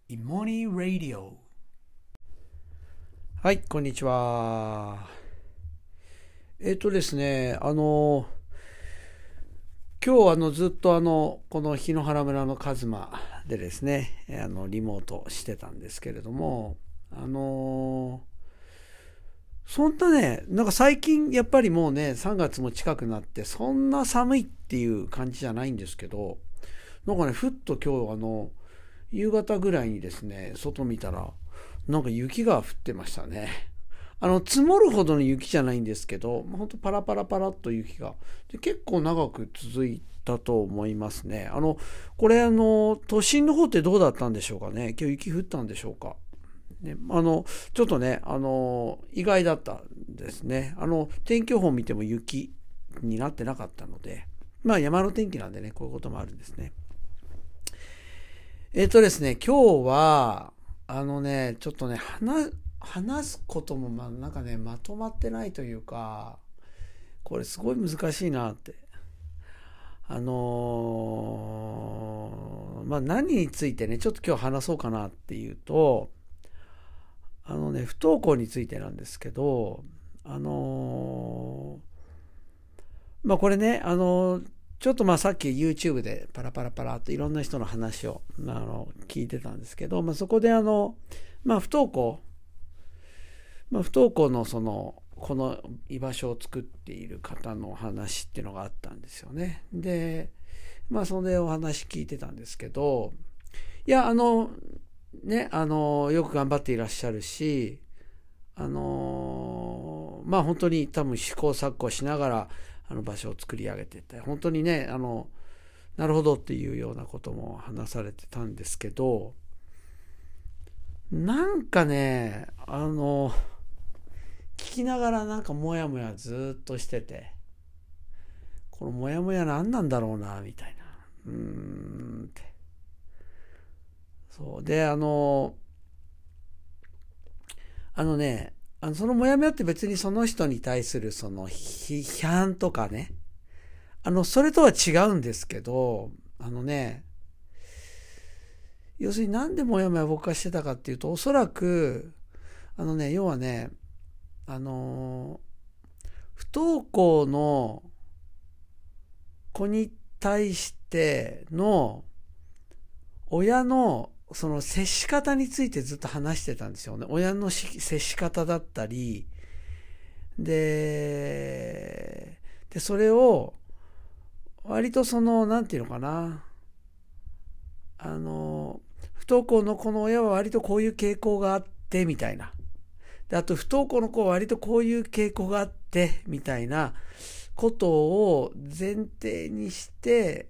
イモニーラディオ。 はい、こんにちは。ですね、今日ずっとこの檜原村のカズマでですね、リモートしてたんですけれども、そんなね、なんか最近やっぱりもうね、3月も近くなって、そんな寒いっていう感じじゃないんですけど、なんかね、ふっと今日夕方ぐらいにですね、外見たら、なんか雪が降ってましたね。積もるほどの雪じゃないんですけど、ほんとパラパラパラっと雪が。で、結構長く続いたと思いますね。これ都心の方ってどうだったんでしょうかね。今日雪降ったんでしょうか。ね、ちょっとね、意外だったんですね。天気予報見ても雪になってなかったので、まあ山の天気なんでね、こういうこともあるんですね。ですね、今日は、ちょっとね、話すことも、なんかね、まとまってないというか、これすごい難しいなって。何についてね、ちょっと今日話そうかなっていうと、不登校についてなんですけど、これね、ちょっとさっき YouTube でパラパラパラっといろんな人の話を、聞いてたんですけど、そこで不登校、不登校のこの居場所を作っている方の話っていうのがあったんですよね。で、それをお話聞いてたんですけど、いや、よく頑張っていらっしゃるし、本当に多分試行錯誤しながら、場所を作り上げていった。本当にね、なるほどっていうようなことも話されてたんですけど、なんかね、聞きながらなんかモヤモヤずっとしてて、このモヤモヤ何なんだろうな、みたいな。って。そう。で、そのモヤモヤって別にその人に対するその批判とかね、それとは違うんですけど、要するになんでモヤモヤ僕がしてたかっていうと、おそらく、要はね、不登校の子に対しての親のその接し方についてずっと話してたんですよね。親の接し方だったり、で、それを割となんていうのかな、不登校の子の親は割とこういう傾向があって、みたいな。で、あと不登校の子は割とこういう傾向があって、みたいなことを前提にして、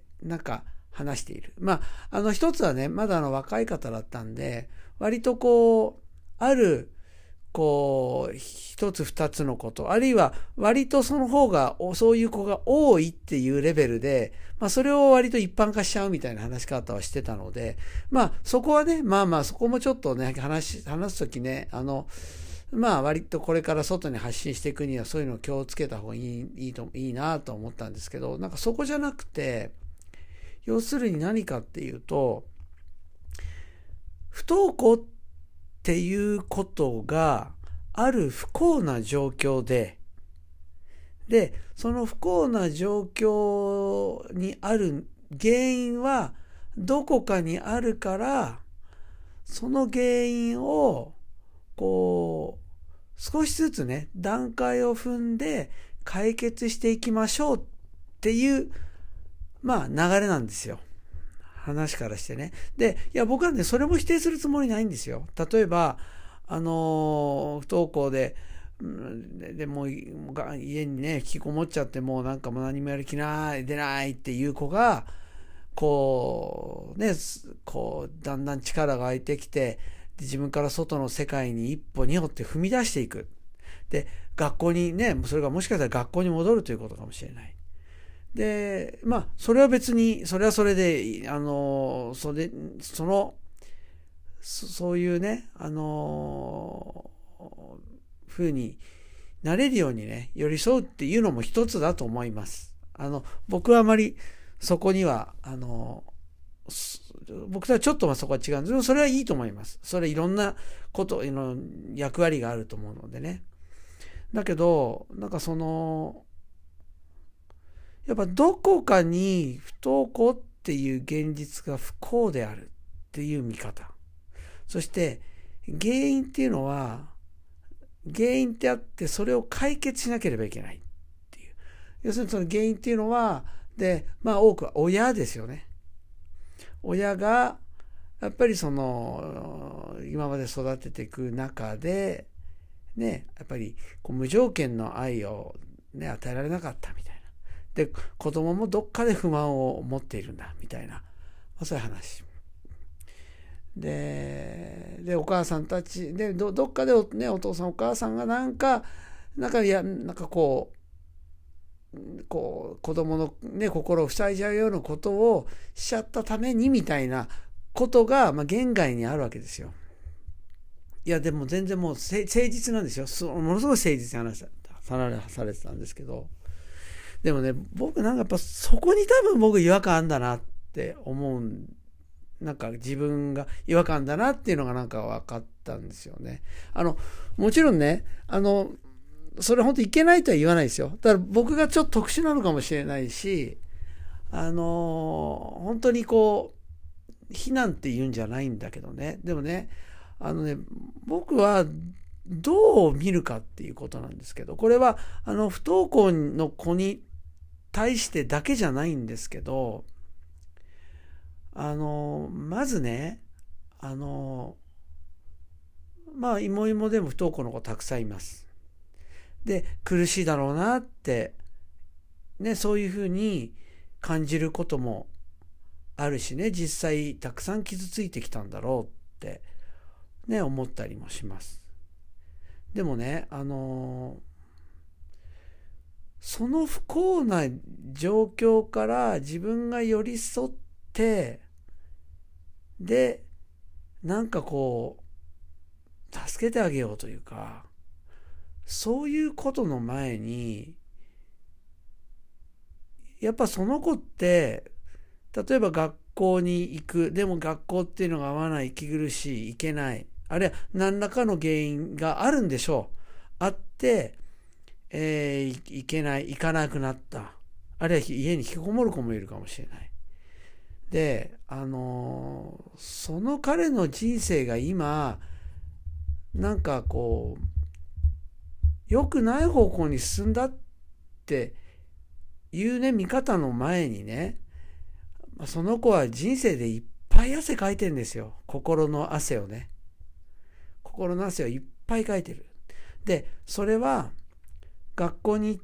なんか話している。一つはね、まだ若い方だったんで、割とある、一つ二つのこと、あるいは割とその方が、そういう子が多いっていうレベルで、それを割と一般化しちゃうみたいな話し方はしてたので、そこはね、そこもちょっとね、話すときね、割とこれから外に発信していくにはそういうのを気をつけた方がいいなと思ったんですけど、なんかそこじゃなくて、要するに何かっていうと、不登校っていうことがある不幸な状況で、その不幸な状況にある原因はどこかにあるから、その原因を少しずつね、段階を踏んで解決していきましょうっていう、流れなんですよ。話からしてね。で、いや、僕はね、それも否定するつもりないんですよ。例えば、不登校で、もう家にね、引きこもっちゃってもうなんかもう何もやる気ない出ないっていう子が、だんだん力が湧いてきて、自分から外の世界に一歩二歩って踏み出していく。で、学校にね、それがもしかしたら学校に戻るということかもしれない。で、それは別に、それはそれで、そういうね、ふうになれるようにね、寄り添うっていうのも一つだと思います。僕はあまりそこには、 僕とはちょっとそこは違うんですけど、それはいいと思います。それいろんなことの役割があると思うのでね。だけどなんかやっぱどこかに不登校っていう現実が不幸であるっていう見方、そして原因っていうのは原因ってあって、それを解決しなければいけないっていう。要するにその原因っていうのは多くは親ですよね。親がやっぱり今まで育てていく中でね、やっぱり無条件の愛をね与えられなかったみたいな。で子供もどっかで不満を持っているんだみたいな、そういう話で、お母さんたちでどっかでね、お父さんお母さんがなんか子供のね心を塞いじゃうようなことをしちゃったためにみたいなことが言外にあるわけですよ。いやでも全然もう誠実なんですよ。ものすごい誠実に話されてたんですけど、でもね、僕やっぱそこに多分僕違和感あんだなって思う。なんか自分が違和感だなっていうのが分かったんですよね。もちろんね、それ本当いけないとは言わないですよ。だから僕がちょっと特殊なのかもしれないし、本当に非難って言うんじゃないんだけどね。でもね、僕はどう見るかっていうことなんですけど、これは不登校の子に対してだけじゃないんですけど、まずね、いもいもでも不登校の子たくさんいます。で、苦しいだろうなって、ね、そういうふうに感じることもあるしね、実際たくさん傷ついてきたんだろうってね、思ったりもします。でもね、その不幸な状況から自分が寄り添って、で、助けてあげようというか、そういうことの前に、やっぱその子って、例えば学校に行く、でも学校っていうのが合わない、息苦しい、行けない、あるいは何らかの原因があるんでしょう。あって、行けない、行かなくなった。あるいは家に引きこもる子もいるかもしれない。で、その彼の人生が今、良くない方向に進んだっていうね、見方の前にね、その子は人生でいっぱい汗かいてるんですよ。心の汗をね。心の汗をいっぱいかいてる。で、それは学校に行って、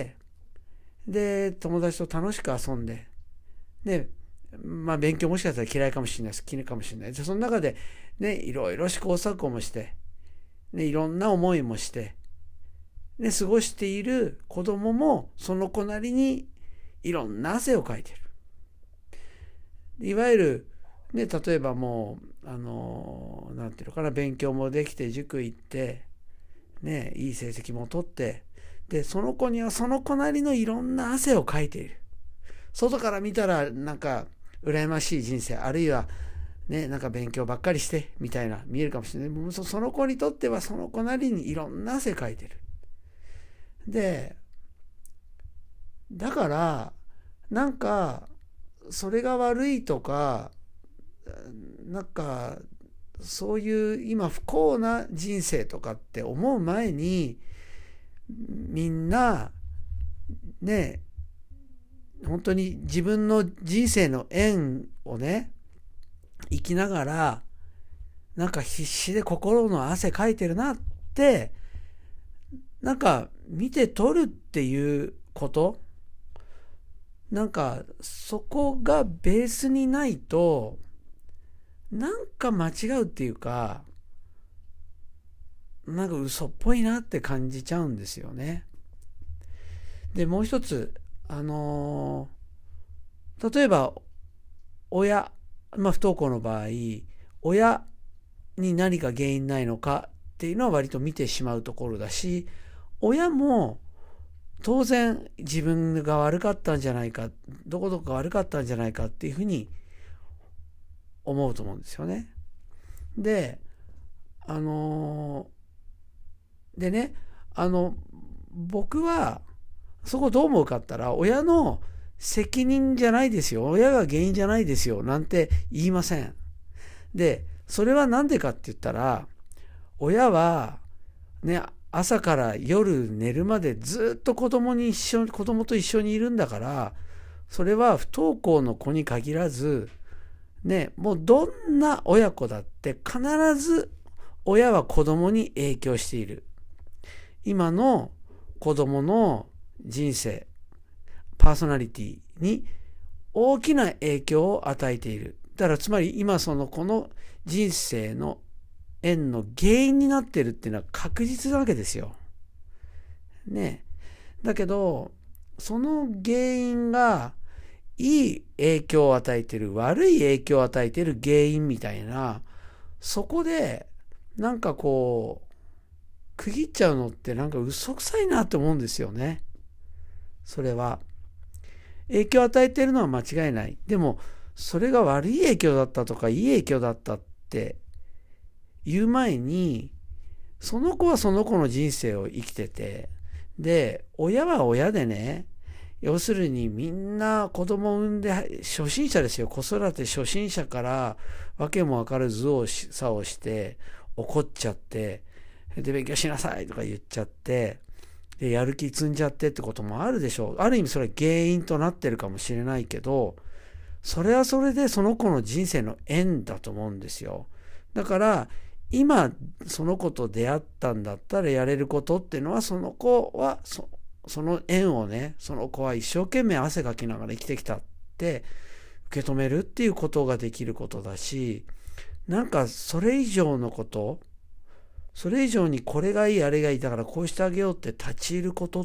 で、友達と楽しく遊んで、で、勉強もしかしたら嫌いかもしれない、好きかもしれない。で、その中でね、いろいろ試行錯誤もして、ね、いろんな思いもして、ね、過ごしている子供もその子なりにいろんな汗をかいてる。いわゆる、ね、例えばもう、なんていうのかな、勉強もできて、塾行って、ね、いい成績も取って、で、その子にはその子なりのいろんな汗をかいている。外から見たら、羨ましい人生、あるいは、ね、勉強ばっかりして、みたいな、見えるかもしれない。その子にとっては、その子なりにいろんな汗かいてる。で、だから、それが悪いとか、そういう今不幸な人生とかって思う前に、みんな、ね、本当に自分の人生の縁をね、生きながら、必死で心の汗かいてるなって、見て取るっていうこと、そこがベースにないと、間違うっていうか、嘘っぽいなって感じちゃうんですよね。で、もう一つ、例えば、親、不登校の場合、親に何か原因ないのかっていうのは割と見てしまうところだし、親も当然自分が悪かったんじゃないか、どこどこが悪かったんじゃないかっていうふうに思うと思うんですよね。で、でね、僕はそこどう思うかったら、親の責任じゃないですよ。親が原因じゃないですよ。なんて言いません。で、それはなんでかって言ったら、親はね、朝から夜寝るまでずっと子供と一緒にいるんだから、それは不登校の子に限らず、ね、もうどんな親子だって必ず親は子供に影響している。今の子供の人生、パーソナリティに大きな影響を与えている。だからつまり今そのこの人生の縁の原因になっているっていうのは確実なわけですよ。ね。だけど、その原因がいい影響を与えている、悪い影響を与えている原因みたいな、そこでなんかこう、区切っちゃうのってなんか嘘くさいなって思うんですよね。それは。影響を与えているのは間違いない。でも、それが悪い影響だったとか、いい影響だったって言う前に、その子はその子の人生を生きてて、で、親は親でね、要するにみんな子供を産んで初心者ですよ。子育て初心者からわけもわかる図をさをして怒っちゃって、で勉強しなさいとか言っちゃって、でやる気積んじゃってってこともあるでしょう。ある意味それは原因となってるかもしれないけど、それはそれでその子の人生の縁だと思うんですよ。だから今その子と出会ったんだったらやれることっていうのは、その子はその縁をね、その子は一生懸命汗かきながら生きてきたって受け止めるっていうことができることだし、なんかそれ以上のこと、それ以上にこれがいいあれがいいだからこうしてあげようって立ち入ることって、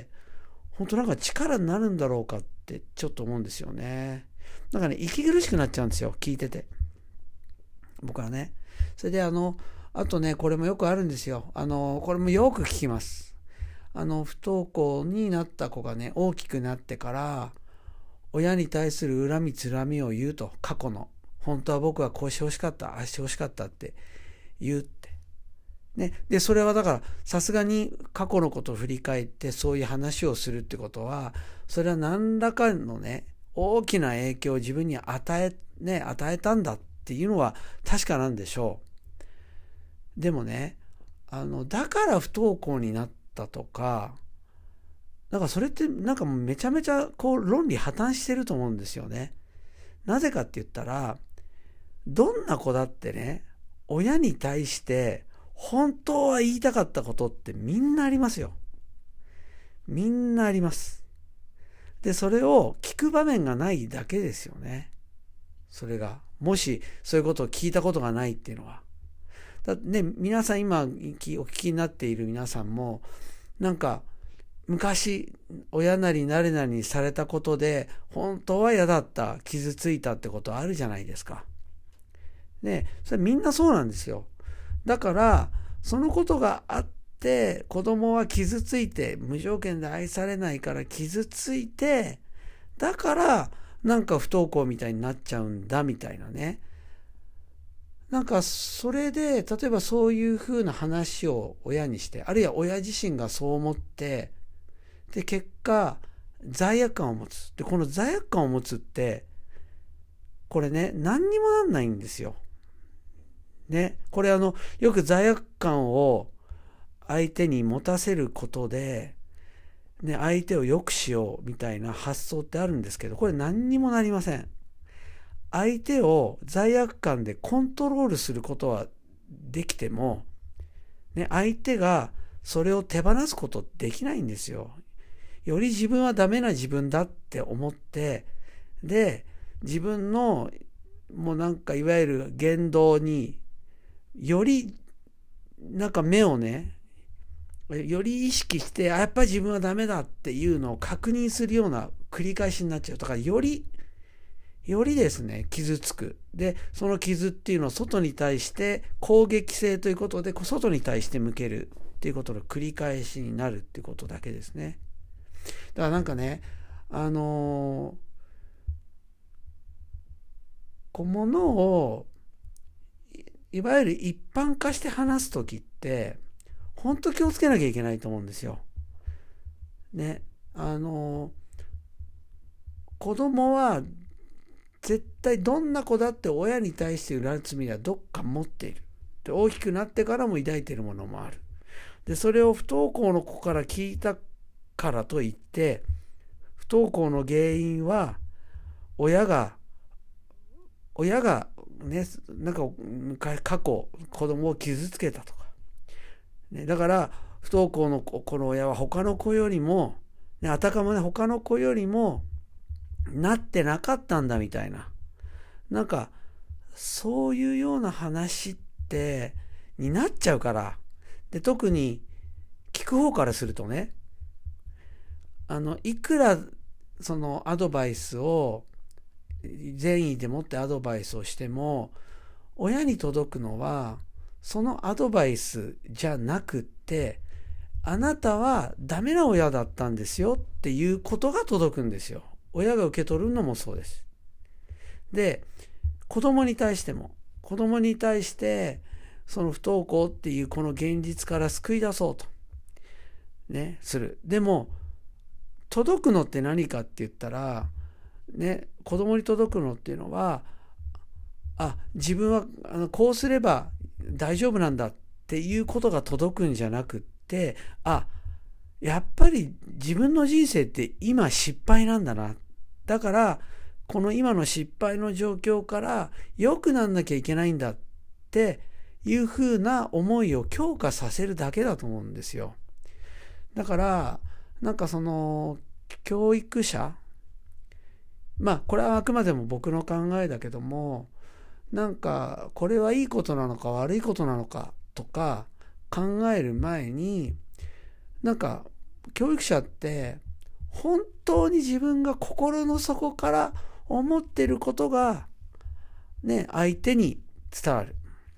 本当なんか力になるんだろうかってちょっと思うんですよね。なんかね、息苦しくなっちゃうんですよ、聞いてて。僕はね。それであとね、これもよくあるんですよ。これもよく聞きます。不登校になった子がね、大きくなってから親に対する恨みつらみを言うと。過去の本当は僕はこうしてほしかった、ああしてほしかったって言うってね。でそれはだからさすがに過去のことを振り返ってそういう話をするってことは、それは何らかのね大きな影響を自分に与えたんだっていうのは確かなんでしょう。でもね、だから不登校になったとか、なんかそれってなんかもうめちゃめちゃこう論理破綻してると思うんですよね。なぜかって言ったら、どんな子だってね、親に対して本当は言いたかったことってみんなありますよ。みんなあります。で、それを聞く場面がないだけですよね。それが。もしそういうことを聞いたことがないっていうのは。だってね、皆さん今お聞きになっている皆さんも、なんか昔親なり誰なりにされたことで本当は嫌だった、傷ついたってことあるじゃないですか。ね、それみんなそうなんですよ。だからそのことがあって子供は傷ついて、無条件で愛されないから傷ついて、だからなんか不登校みたいになっちゃうんだみたいなね。なんかそれで例えばそういうふうな話を親にして、あるいは親自身がそう思って、で結果罪悪感を持つ。でこの罪悪感を持つってこれね、何にもなんないんですよ。ね、これよく罪悪感を相手に持たせることで、ね、相手を良くしようみたいな発想ってあるんですけど、これ何にもなりません。相手を罪悪感でコントロールすることはできても、ね、相手がそれを手放すことできないんですよ。より自分はダメな自分だって思って、で、自分のもうなんかいわゆる言動によりなんか目をね、より意識して、やっぱり自分はダメだっていうのを確認するような繰り返しになっちゃう。だからよりですね、傷つく。で、その傷っていうのを外に対して攻撃性ということで、外に対して向けるっていうことの繰り返しになるっていうことだけですね。だからなんかね、子ものをいわゆる一般化して話すときって本当気をつけなきゃいけないと思うんですよ。ね、子供は絶対どんな子だって親に対して恨みはどっか持っている。で、大きくなってからも抱いているものもある。で、それを不登校の子から聞いたからといって、不登校の原因は親がね、なんか過去子供を傷つけたとか、ね、だから不登校の子の親は他の子よりも、ね、あたかもね他の子よりもなってなかったんだみたいな、なんかそういうような話ってになっちゃうから。で、特に聞く方からするとね、いくらそのアドバイスを善意でもってアドバイスをしても、親に届くのはそのアドバイスじゃなくって、あなたはダメな親だったんですよっていうことが届くんですよ。親が受け取るのもそうです。で、子供に対してその不登校っていうこの現実から救い出そうとねする。でも届くのって何かって言ったらね、子供に届くのっていうのは、自分はこうすれば大丈夫なんだっていうことが届くんじゃなくって、やっぱり自分の人生って今失敗なんだな。だからこの今の失敗の状況から良くなんなきゃいけないんだっていうふうな思いを強化させるだけだと思うんですよ。だからなんかその教育者、これはあくまでも僕の考えだけども、なんかこれはいいことなのか悪いことなのかとか考える前に、なんか教育者って本当に自分が心の底から思っていることがね、相手に伝わる。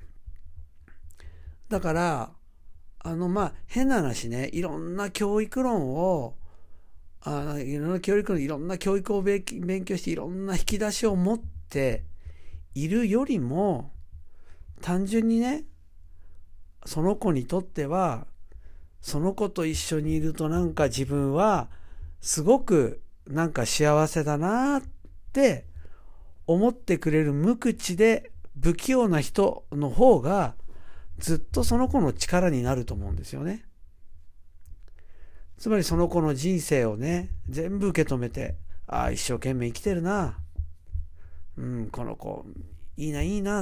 だから変な話ね、いろんな教育論をいろんな教育を勉強していろんな引き出しを持っているよりも、単純にね、その子にとってはその子と一緒にいるとなんか自分はすごくなんか幸せだなって思ってくれる無口で不器用な人の方がずっとその子の力になると思うんですよね。つまりその子の人生をね、全部受け止めて、一生懸命生きてるな。この子、いいな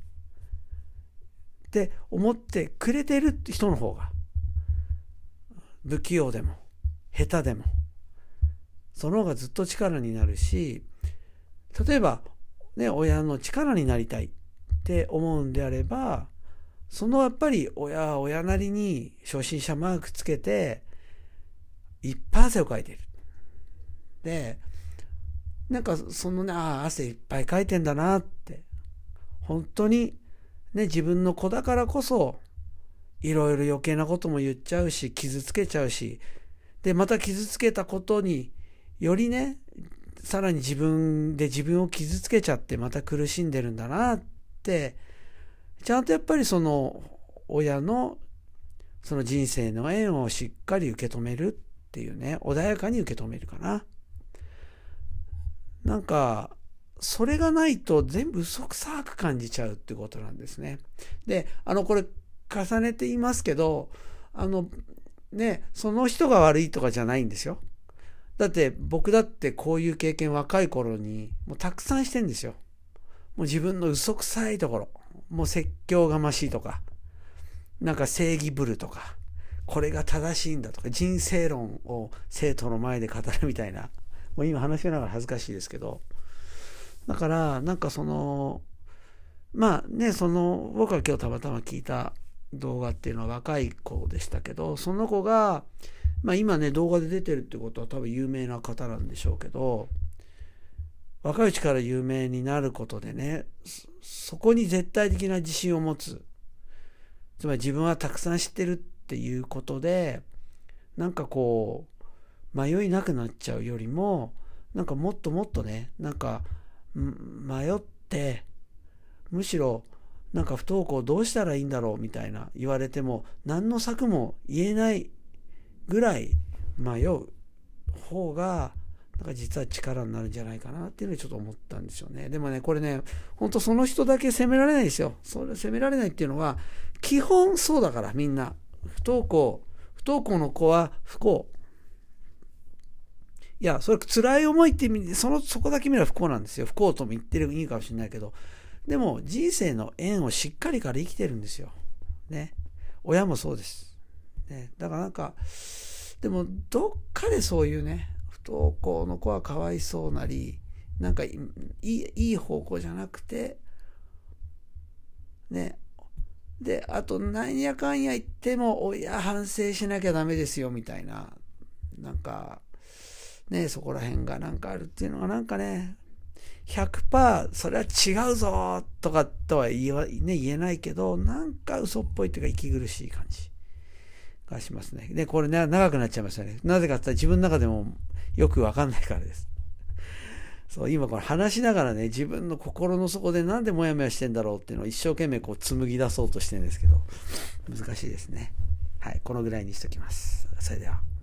って思ってくれてる人の方が、不器用でも、下手でも、その方がずっと力になるし、例えば、ね、親の力になりたいって思うんであれば、そのやっぱり親なりに初心者マークつけて、いっぱい汗をかいてる。で、なんかそのね、汗いっぱいかいてんだなって、本当にね、自分の子だからこそ、いろいろ余計なことも言っちゃうし、傷つけちゃうし、で、また傷つけたことによりね、さらに自分を傷つけちゃってまた苦しんでるんだなって、ちゃんとやっぱりその親のその人生の縁をしっかり受け止めるっていうね、穏やかに受け止めるかな。なんかそれがないと全部嘘くさく感じちゃうってことなんですね。で、これ重ねて言いますけど、その人が悪いとかじゃないんですよ。だって僕だってこういう経験若い頃にもうたくさんしてんですよ。もう自分の嘘くさいところ、もう説教がましいとか、なんか正義ぶるとか、これが正しいんだとか、人生論を生徒の前で語るみたいな、もう今話しながら恥ずかしいですけど、だからなんかその僕が今日たまたま聞いた動画っていうのは若い子でしたけど、その子が今ね動画で出てるってことは多分有名な方なんでしょうけど、若いうちから有名になることでね、そこに絶対的な自信を持つ、つまり自分はたくさん知ってるっていうことで、なんかこう迷いなくなっちゃうよりも、なんかもっともっとね、なんか迷っ 、むしろなんか不登校どうしたらいいんだろうみたいな言われても何の策も言えないぐらい迷う方がなんか実は力になるんじゃないかなっていうのをちょっと思ったんですよね。でもね、これね、本当その人だけ責められないですよ。それ責められないっていうのは基本そうだから、みんな不登校の子は不幸。いや、それ辛い思いってそこだけ見れば不幸なんですよ。不幸とも言ってるいいかもしれないけど、でも人生の縁をしっかりから生きてるんですよ。ね。親もそうです。ね。だからなんか、でもどっかでそういうね、不登校の子はかわいそうなり、なんかいい方向じゃなくて、ね。で、あと何やかんや言っても親反省しなきゃダメですよみたいな、なんか、ね、そこら辺がなんかあるっていうのがなんかね、100% それは違うぞとかとは言えないけど、なんか嘘っぽいというか息苦しい感じがしますね。で、これね、長くなっちゃいましたね。なぜかって言ったら自分の中でもよくわかんないからです。そう、今これ話しながらね、自分の心の底でなんでモヤモヤしてんだろうっていうのを一生懸命こう紡ぎ出そうとしてるんですけど、難しいですね。はい、このぐらいにしときます。それでは。